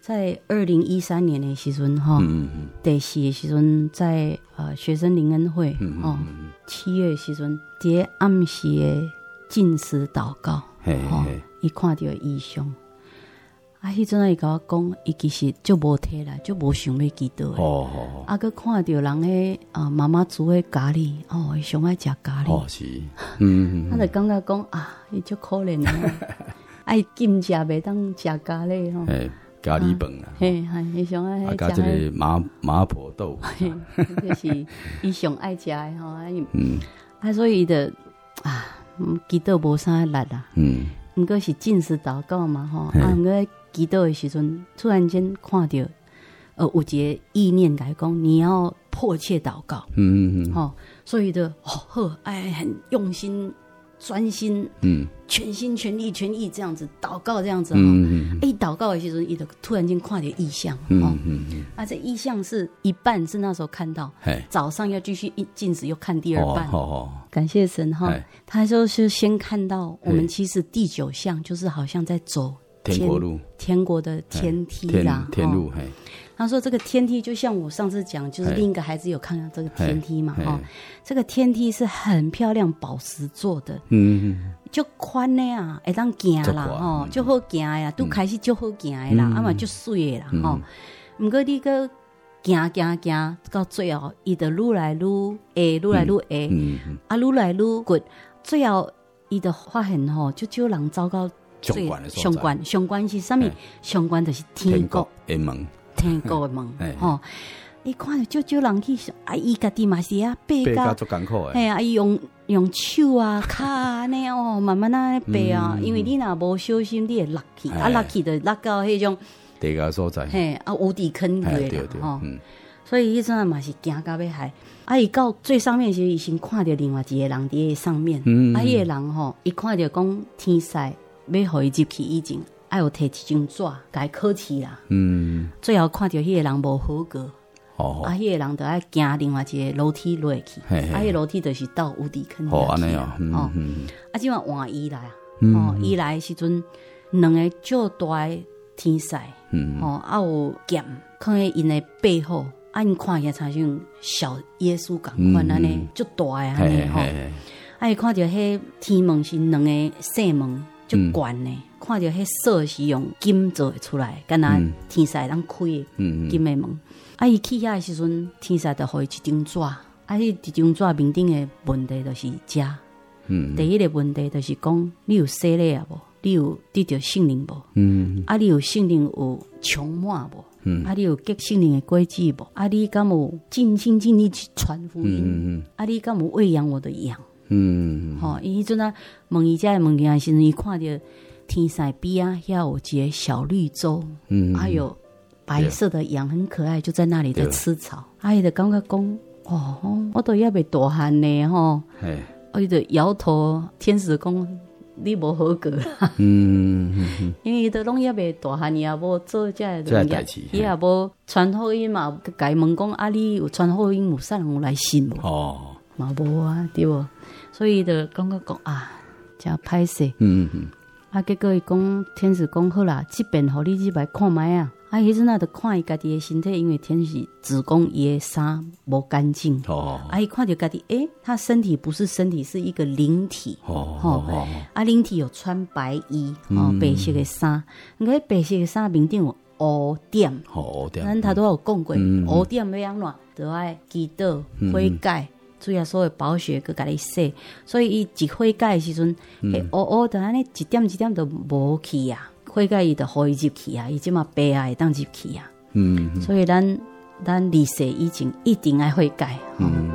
在二零一三年的时阵哈，第四的时阵在呃学生灵恩会哦，七月的时阵，在暗时的禁食祷告，哦，伊看到异象，啊，迄阵伊甲我讲，伊其实就无体啦，就无想要祈祷的，哦哦，啊，佮看到人迄啊妈妈煮的咖喱，哦，伊上爱食咖喱， 哦是，嗯， 他就感觉讲啊，伊足可怜的，爱禁食袂当食咖喱吼。 咖喱饭啊， 嘿，嘿，上爱啊，加这个麻麻婆豆腐， 就是伊上爱食的吼，嗯，啊，所以的啊，祈祷无啥力啦，嗯，毋过是禁食祷告嘛，吼，啊，毋过祈祷的时阵，突然间看到，呃，有一个意念来讲，你要迫切祷告，嗯嗯嗯，吼，所以的哦呵，哎，很用心。专心，嗯，全心全力全意这样子祷告，这样子哈，嗯，哎，祷告的时候，伊就突然间看到异象，嗯嗯嗯，啊，这异象是一半是那时候看到，早上要继续禁食又看第二半，哦哦，感谢神哈，他就是先看到我们其实第九项就是好像在走天国路， 天国的天梯啦， 天路，嘿。 他说：“这个天梯就像我上次讲，就是另一个孩子有看到这个天梯嘛，哈，这个天梯是很漂亮，宝石做的，嗯，就宽的啊，会当行啦，哈，就好行呀，都开始就好行的啦，啊嘛就水的啦，哈。不过你个行行行到最后，伊就愈来愈下，愈来愈下，啊，愈来愈good，最后伊就发现吼，就少人走到最上关，上关是啥物？上关就是天国的门。” 天国的门，吼！伊看到少少人去，啊，伊家己嘛是啊，爬甲足艰苦诶， 嘿啊，伊用用手啊、骹啊那哦，慢慢啊爬啊，因为你若无小心，你会落去，啊，落去就落到迄种地下所在， 嘿啊，无底坑去啦，吼！所以迄阵嘛是惊到要害，啊，伊到最上面时，伊先看到另外一个人伫上面，啊，迄个人吼，伊看到讲天使要互伊入去以前。还有摕一张纸，甲伊考试啦。嗯，最后看到迄个人无合格，哦，啊，迄个人就爱行另外一个楼梯落去，啊，迄楼梯就是到无底坑。 哦，安尼哦， 哦，啊，即晚换伊来啊，哦，伊来时阵，两个足大的天使，嗯，哦，啊有剑放在因的背后，啊，因看起来像像小耶稣共款安尼，足大的安尼吼，啊，伊看到迄天门是两个细门，足悬的。看到迄锁是用金做出来，敢若天使当开的金的门。啊，伊去遐的时阵，天使就互伊一张纸，啊，迄一张纸面顶的问题就是这。嗯，第一个问题就是讲，你有洗礼啊无？你有得到圣灵无？嗯，啊，你有圣灵有充满无？嗯，啊，你有结圣灵的果子无？啊，你敢有尽心尽力去传福音？嗯嗯，啊，你敢有喂养我的羊？嗯，吼，伊迄阵啊问伊遮问题的时阵，伊看到。天使边啊，遐有一个小绿洲，嗯，还有白色的羊，很可爱，就在那里在吃草。啊，伊就感觉讲，哦，我都要被大汉呢，吼，哎，伊就摇头，天使讲你无合格，嗯，因为伊都拢要被大汉，伊也无做这个代志，伊也无传福音嘛，甲伊问讲啊，你有传福音有啥人有来信无？哦，嘛无啊，对无？所以就感觉讲啊，真歹势，嗯嗯。啊，结果伊讲天使讲好啦，即边互你入来看卖啊。啊，迄阵啊，就看伊家己的身体，因为天使子宫伊的衫无干净。哦。啊，伊看到家己，诶，他身体不是身体，是一个灵体。哦哦。啊，灵体有穿白衣，哦，白色的衫。你看白色的衫面顶有乌点。乌点。咱他都有讲过，乌点要安怎？就爱祈祷悔改。主要所有宝血佮甲你洗，所以伊一悔改的时阵，诶，乌乌的安尼一点一点都无去啊，悔改伊就互伊入去啊，伊即嘛白啊会当入去啊，嗯，所以咱咱离世以前一定爱悔改，嗯。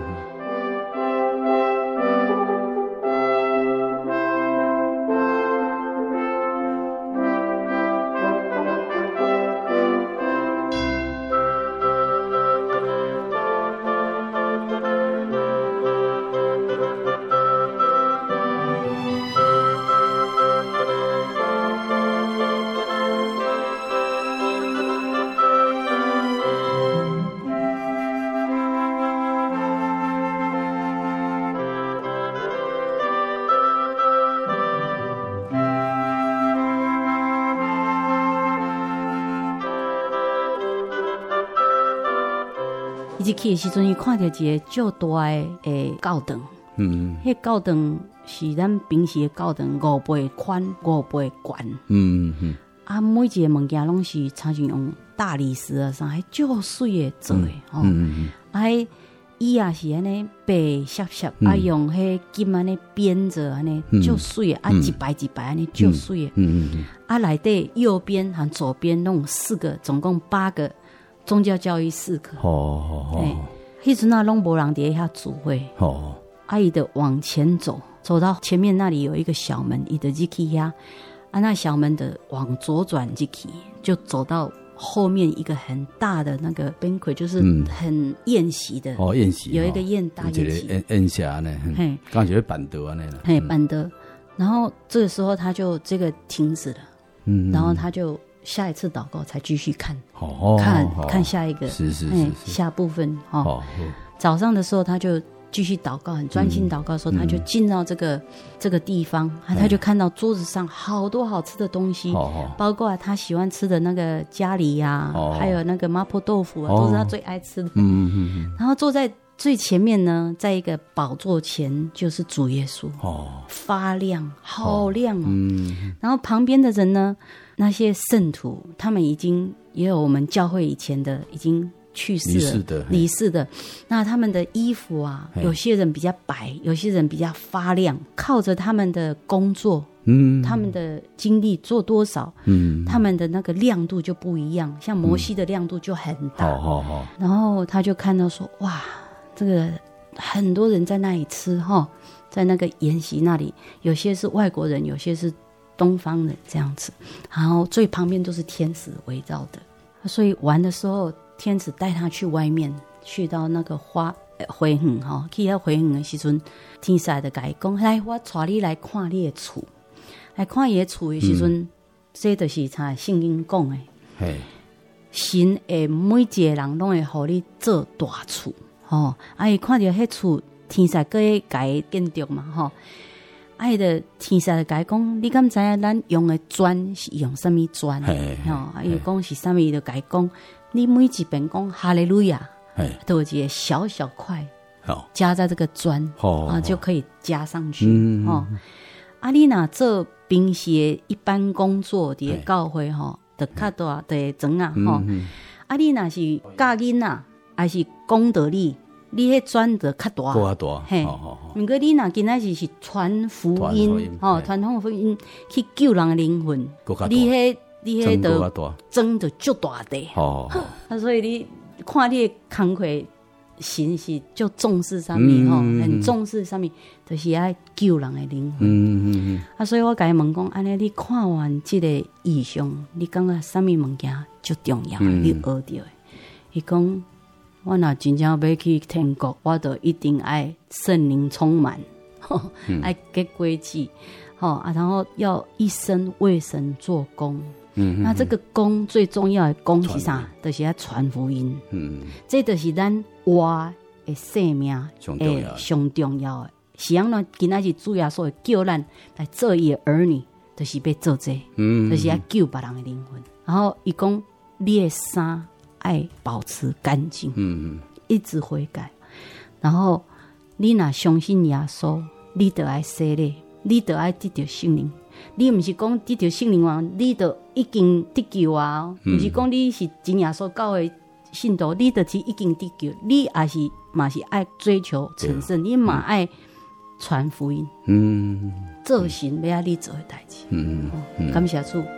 伊一去的时阵，伊看到一个较大的诶教堂，嗯，迄教堂是咱平时的教堂，五倍宽，五倍悬，嗯嗯，啊，每一个物件拢是常常用大理石啊啥，还较水的做的，吼、嗯，嗯啊，迄伊也是安尼白闪闪，啊，用迄金安尼编着安尼，较水的，啊，一排一排安尼较水的，嗯嗯，啊，内底右边和左边弄四个，总共八个。宗教教育四课，哦哦哦，迄阵啊，拢无人伫遐主会，哦，阿姨的往前走，走到前面那里有一个小门，伊的入去遐，啊，那小门的往左转入去，就走到后面一个很大的那个 banquet， 就是很宴席的， 哦，宴席有一个宴大宴席， 宴宴席呢，嘿，刚觉板德啊那个， 嘿，板德，然后这个时候他就这个停止了，嗯，然后他就。下一次祷告才继续看，哦、看、哦、看下一个， 是是 是, 是下部分哈、哦哦。早上的时候他就继续祷告，很专心祷告的时候，嗯、他就进到这个、嗯、这个地方、嗯，他就看到桌子上好多好吃的东西，哦、包括他喜欢吃的那个咖喱呀、啊哦，还有那个麻婆豆腐啊，哦、都是他最爱吃的。嗯嗯嗯。然后坐在最前面呢，在一个宝座前就是主耶稣，哦，发亮，好亮哦。嗯。然后旁边的人呢？那些圣徒，他们已经也有我们教会以前的已经去世了，离世的，离世的。那他们的衣服啊，有些人比较白，有些人比较发亮，靠着他们的工作，嗯，他们的精力做多少，嗯，他们的那个亮度就不一样。像摩西的亮度就很大，好好好。然后他就看到说，哇，这个很多人在那里吃哈，在那个筵席那里，有些是外国人，有些是。东方人这样子，然后最旁边都是天使围绕的，所以玩的时候，天使带他去外面，去到那个花花园哈，去到花园的时阵，天使就甲伊讲，来，我带你来看你的厝，来看伊的厝的时阵，嗯、这就是像圣经讲的，神会每一个人拢会互你做大厝，吼，啊，伊看到迄厝，天使佫会甲伊建筑嘛，吼。爱的天使就讲，你敢知影咱用的砖是用什么砖？吼，伊讲是什么？就甲讲，你每一遍讲哈利路亚，都有一个小小块，加在这个砖，啊，就可以加上去。哦，啊，你若做平时的一般工作伫教会吼，就较大的装啊，吼。啊，你若是教囡仔，还是讲道理？你迄砖就较大， 较大， 嘿。毋过你若今仔日是传福音，吼，传统福音去救人的灵魂，你迄你迄就装就足大的，哦。啊，所以你看你的工课，神是足重视上面吼，很重视上面，就是爱救人的灵魂。嗯嗯嗯。啊，所以我甲伊问讲，安尼你看完这个意象，你感觉什么物件足重要？你学到的？伊讲。我若真正要去天国，我就一定爱圣灵充满，嗯、爱给规矩，啊，然后要一生为神做工。嗯，那这个工最重要的工是啥？就是要传福音。嗯，这就是咱活的生命诶上重要的。是安怎？今仔日主耶稣会叫咱来做伊的儿女，就是要做这，嗯，就是要救别人的灵魂。然后伊讲，你的衫。爱保持干净，嗯嗯，一直悔改。然后你若相信耶稣，你就爱洗礼，你就爱得到圣灵。你不是讲得到圣灵啊，你就已经得救啊，不、嗯、是讲你是真耶稣教的信徒，你就是已经得救。你也是嘛是爱追求成圣，你嘛爱传福音，嗯，做神要你做的代志，嗯嗯，感谢主。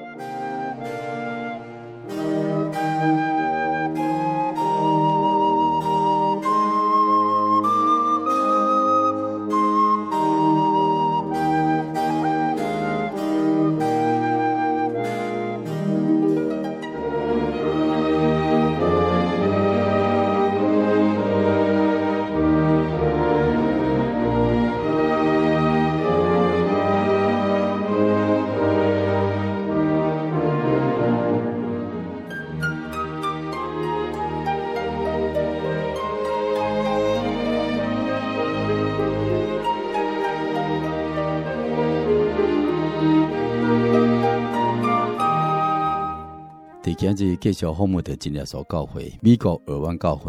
今日继续访问的真耶稣教会美国尔湾教会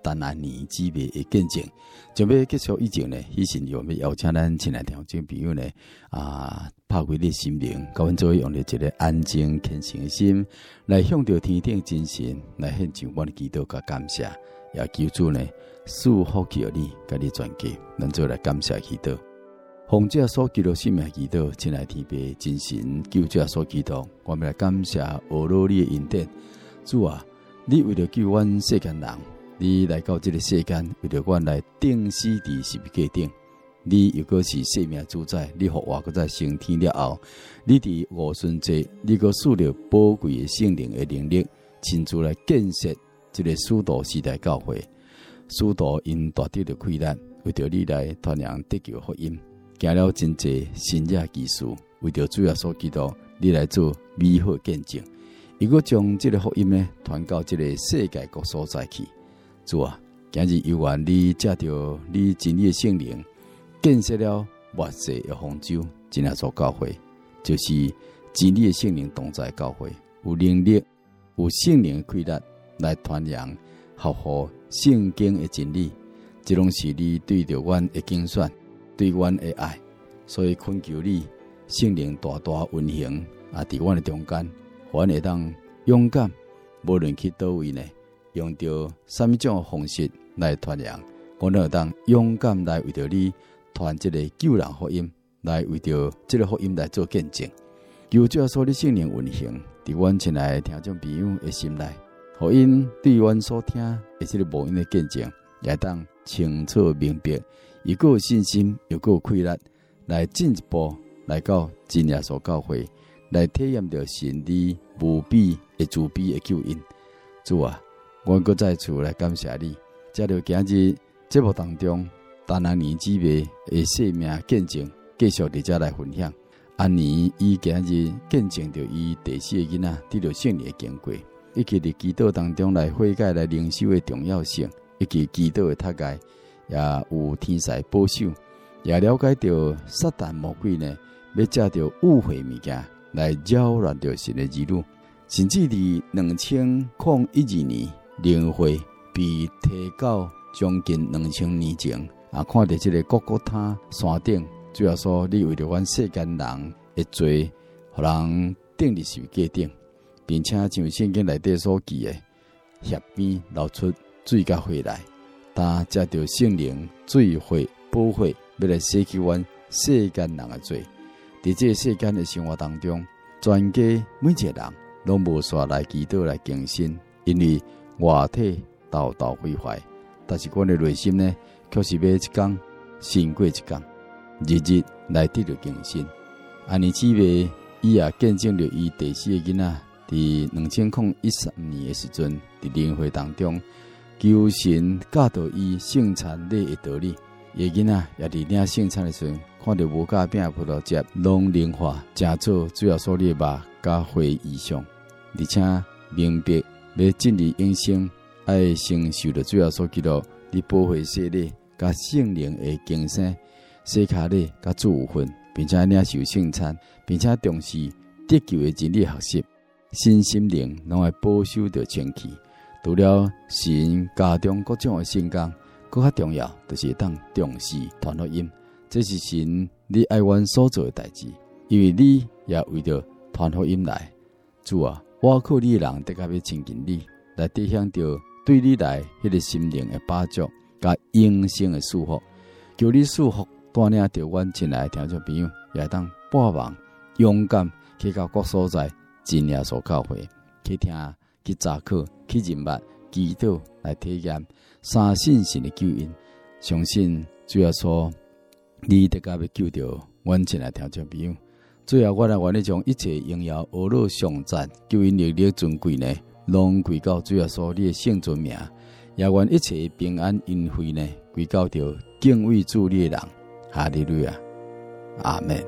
单安年姊妹的见证。准备结束以前呢，以前有要邀请咱亲爱听众朋友呢啊，拍开你心灵，甲阮做用了一个安静虔诚的心，来向着天顶真神来献上阮的祈祷甲感谢，也求主呢赐福给你，甲你全家，咱做来感谢祈祷。奉者所记录性命祈祷，亲爱天父真神救者所祈祷，我们来感谢俄罗你的恩典。主啊，你为了救阮世间人，你来到这个世间，为了阮来钉死伫十字架顶。你又果是生命主宰，你互我搁在升天了后，你伫五旬节，你搁赐了宝贵的圣灵的能力，亲自来建设这个使徒时代教会。使徒因大得的困难，为着你来传扬得救福音。行了真济新野技术，为着主要所祈祷，你来做美好见证。如果将这个福音呢传到这个世界各所在去，主啊，今日有愿你借着你真理的圣灵，建设了末世的方舟，真正做教会，就是真理的圣灵同在教会，有能力、有圣灵的开力来传扬合乎圣经的真理，这拢是你对着阮的拣选。对阮的爱，所以恳求你圣灵大大运行啊！伫阮的中间，阮会当勇敢，无论去倒位呢，用着什么种方式来传扬，阮会当勇敢来为着你传这个救人福音，来为着这个福音来做见证。求主所的圣灵运行，伫阮亲爱的听众朋友的心内，福音对阮所听的这个无音的见证，也当清楚明白。又够有信心，又够有气力，来进一步来到真耶稣教会，来体验到神你无比的慈悲的救恩。主啊，我搁再次来感谢你，借着今日节目当中，单安年姊妹的生命见证，继续伫遮来分享。安年伊今日见证着伊第四个囡仔得到圣灵的经过，以及伫祈祷当中来悔改来灵修的重要性，以及祈祷的读解。也有天使保守，也了解到撒旦魔鬼呢，要借着误会物件来扰乱着神的儿女，甚至伫两千零一二年灵会被提到将近两千年前啊，看到这个各各他山顶，主要说你为了阮世间人的罪，互人钉伫十字架顶，并且像圣经内底所记的，血边流出水甲火来。他借着圣灵水火保火，要来洗去阮世间人的罪。在这世间的生活当中，全家每一个人拢无煞来祈祷来敬神，因为外体道道毁坏，但是阮的内心呢，却是要一天胜过一天，日日来得到敬神。安尼姊妹伊也见证了伊第四个囡仔，伫两千零一三年的时阵，伫灵会当中。求神教导伊圣餐礼的道理，伊囡仔也伫领圣餐的时阵，看到无甲饼葡萄汁拢融化，正做主要所列肉甲花以上，而且明白要进入永生，爱承受着主要所记录你保护洗礼甲圣灵的更生、洗脚礼甲祝福分，并且领受圣餐，并且重视得救的真理学习，新心灵拢爱保守着前去。除了神家中各种的圣工，更较重要就是当重视传福音，这是神你爱阮所做的代志，因为你也为着传福音来。主啊，我靠你的人得甲要亲近你，来得享到对你来迄个心灵的把助，甲永生的祝福。求你祝福带领着阮亲爱的听众朋友，也当把忙勇敢去到各所在真耶稣教会去听。去查考，去认捌，祈祷来体验三信神的救恩。相信主要说，你得甲要救着阮亲爱听众朋友。最后，我来愿意将一切荣耀、阿乐、颂赞、救恩力量尊贵呢，拢归到主要说你的圣尊名。也愿一切平安恩惠呢，归到着敬畏主你的人。哈利路亚，阿门。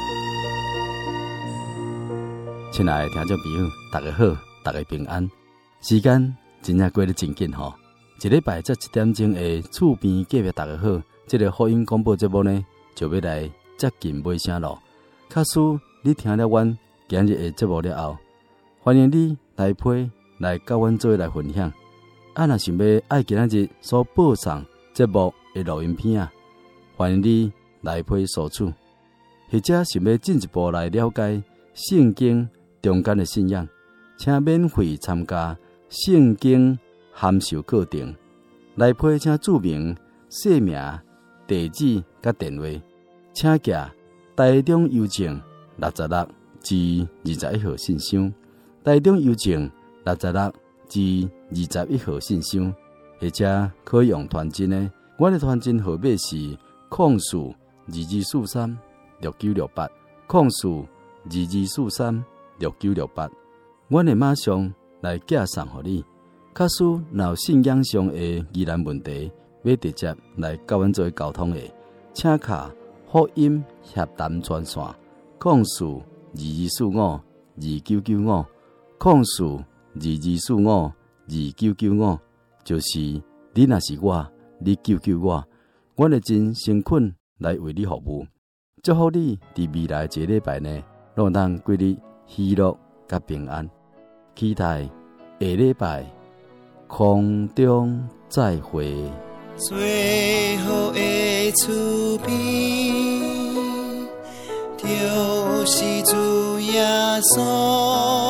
亲爱的听众朋友，大家好，大家平安， 时间真正过得真紧吼，一礼拜才一点钟的厝边隔壁大家好，这个福音广播节目呢，就要来接近尾声咯。假使你听了阮今日的节目了后，欢迎你来批来甲阮做来分享。啊，若想要爱今仔日所播送节目的录音片啊，欢迎你来批索取，或者想要进一步来了解圣经中间的信仰，请免费参加圣经函授课程。来批请注明姓名、地址甲电话，请寄台中邮政六十六至二十一号信箱，台中邮政六十六至二十一号信箱，或者可以用传真的，我的传真号码是空四二二四三六九六八，空四二二四三六九六八，我会马上来寄送给你。假使若有信仰上的疑难问题，要直接来甲阮做沟通的，请卡福音协谈专线，空四二二四五二九九五，空四二二四五二九九五，就是你若是我，你救救我，我会真诚恳来为你服务。祝福你伫未来一个礼拜呢，让咱过日喜乐甲平安。期待下礼拜空中再会。 最后的厝边，就是主耶稣。